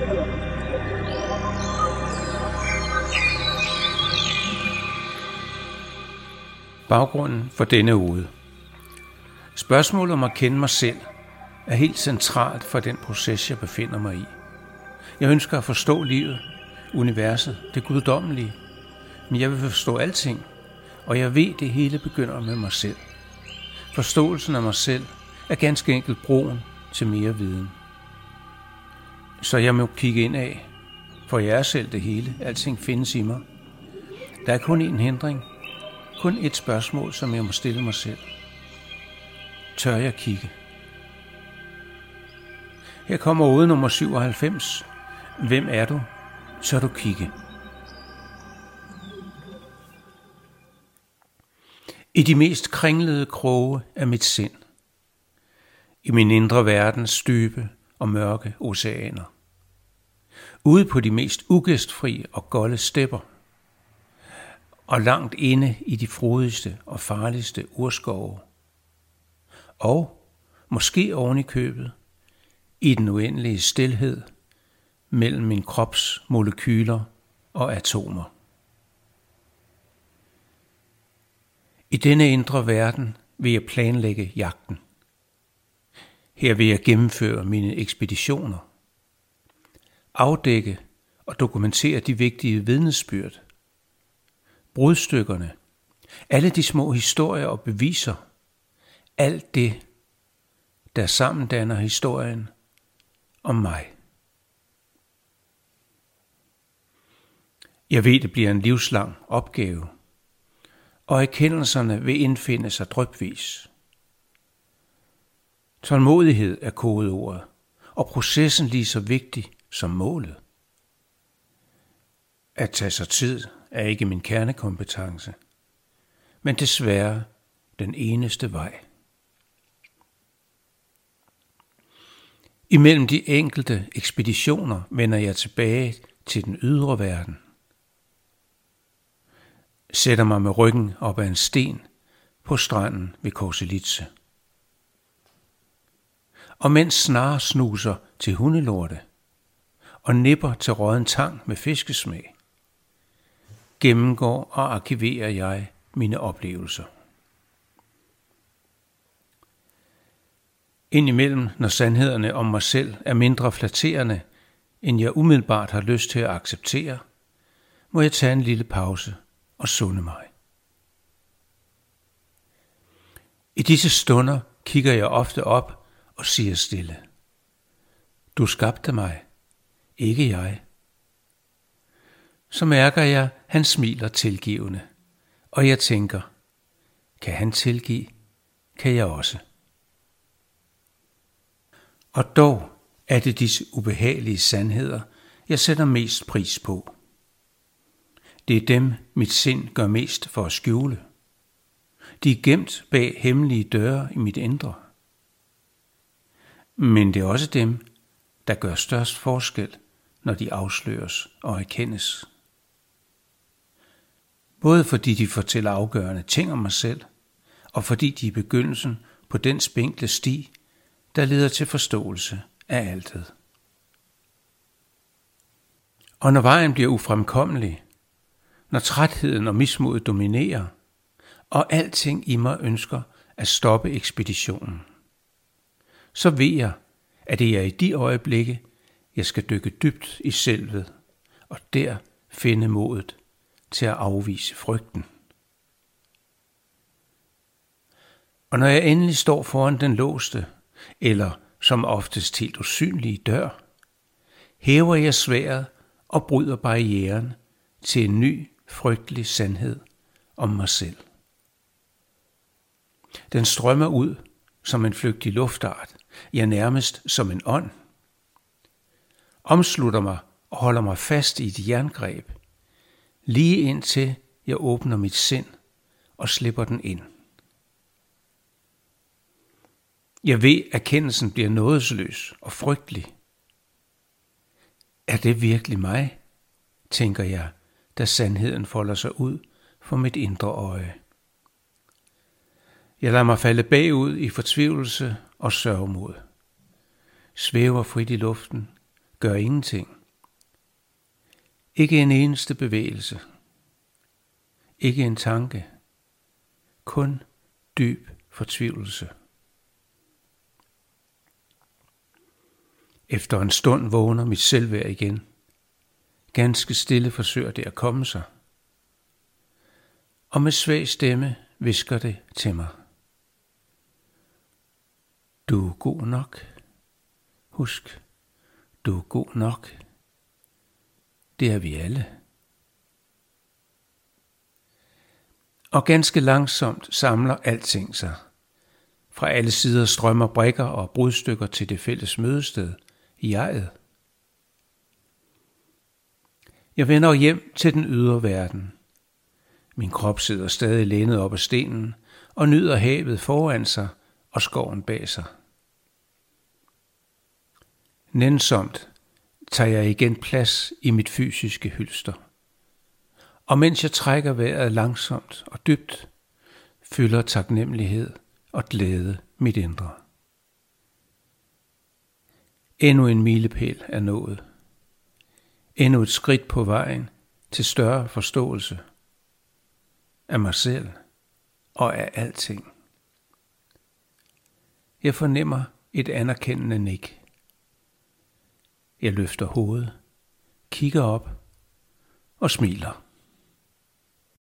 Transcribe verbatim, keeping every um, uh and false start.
Baggrunden for denne uge. Spørgsmålet om at kende mig selv er helt centralt for den proces, jeg befinder mig i. Jeg ønsker at forstå livet, universet, det guddommelige, men jeg vil forstå alting, og jeg ved, det hele begynder med mig selv. Forståelsen af mig selv er ganske enkelt broen til mere viden. Så jeg må kigge ind af, for jeg er selv det hele, alting findes i mig. Der er kun én hindring, kun et spørgsmål, som jeg må stille mig selv. Tør jeg kigge? Her kommer ode nummer syvoghalvfems. Hvem er du? Tør du kigge? I de mest kringlede kroge af mit sind, i min indre verdens dybe og mørke oceaner, ude på de mest ugæstfri og golde stepper, og langt inde i de frodigste og farligste urskove, og måske oven i købet i den uendelige stilhed mellem min krops molekyler og atomer. I denne indre verden vil jeg planlægge jagten. Her vil jeg gennemføre mine ekspeditioner, afdække og dokumentere de vigtige vidnesbyrd, brudstykkerne, alle de små historier og beviser, alt det, der sammen danner historien om mig. Jeg ved, det bliver en livslang opgave, og erkendelserne vil indfinde sig drypvis. Tålmodighed er kodeordet, og processen lige så vigtig som målet. At tage sig tid er ikke min kernekompetence, men desværre den eneste vej. Imellem de enkelte ekspeditioner vender jeg tilbage til den ydre verden. Sætter mig med ryggen op ad en sten på stranden ved Korselitse. Og mens snare snuser til hundelorte og nipper til rådden tang med fiskesmag, gennemgår og arkiverer jeg mine oplevelser. Indimellem, når sandhederne om mig selv er mindre flatterende, end jeg umiddelbart har lyst til at acceptere, må jeg tage en lille pause og sunde mig. I disse stunder kigger jeg ofte op og siger stille: Du skabte mig, ikke jeg. Så mærker jeg, han smiler tilgivende, og jeg tænker, kan han tilgive, kan jeg også. Og dog er det disse ubehagelige sandheder, jeg sætter mest pris på. Det er dem, mit sind gør mest for at skjule. De er gemt bag hemmelige døre i mit indre. Men det er også dem, der gør størst forskel, når de afsløres og erkendes. Både fordi de fortæller afgørende ting om mig selv, og fordi de er begyndelsen på den spinkle sti, der leder til forståelse af altet. Og når vejen bliver ufremkommelig, når trætheden og mismodet dominerer, og alting i mig ønsker at stoppe ekspeditionen, så ved jeg, at det er i de øjeblikke, jeg skal dykke dybt i selvet, og der finde modet til at afvise frygten. Og når jeg endelig står foran den låste, eller som oftest helt usynlige dør, hæver jeg sværdet og bryder barrieren til en ny, frygtelig sandhed om mig selv. Den strømmer ud som en flygtig luftart, ja nærmest som en ånd. Omslutter mig og holder mig fast i et jerngreb, lige indtil jeg åbner mit sind og slipper den ind. Jeg ved, at erkendelsen bliver nådesløs og frygtelig. Er det virkelig mig, tænker jeg, da sandheden folder sig ud for mit indre øje. Jeg lader mig falde bagud i fortvivlelse og sørgmod. Svæver frit i luften, gør ingenting. Ikke en eneste bevægelse. Ikke en tanke. Kun dyb fortvivlelse. Efter en stund vågner mit selvværd igen. Ganske stille forsøger det at komme sig. Og med svag stemme hvisker det til mig. Du er god nok. Husk, du er god nok. Det er vi alle. Og ganske langsomt samler alting sig. Fra alle sider strømmer brikker og brudstykker til det fælles mødested, jeget. Jeg vender hjem til den ydre verden. Min krop sidder stadig lænet op ad stenen og nyder havet foran sig og skoven bag sig. Nænsomt tager jeg igen plads i mit fysiske hylster. Og mens jeg trækker vejret langsomt og dybt, fylder taknemmelighed og glæde mit indre. Endnu en milepæl er nået. Endnu et skridt på vejen til større forståelse af mig selv og af alting. Jeg fornemmer et anerkendende nik. Jeg løfter hovedet, kigger op og smiler.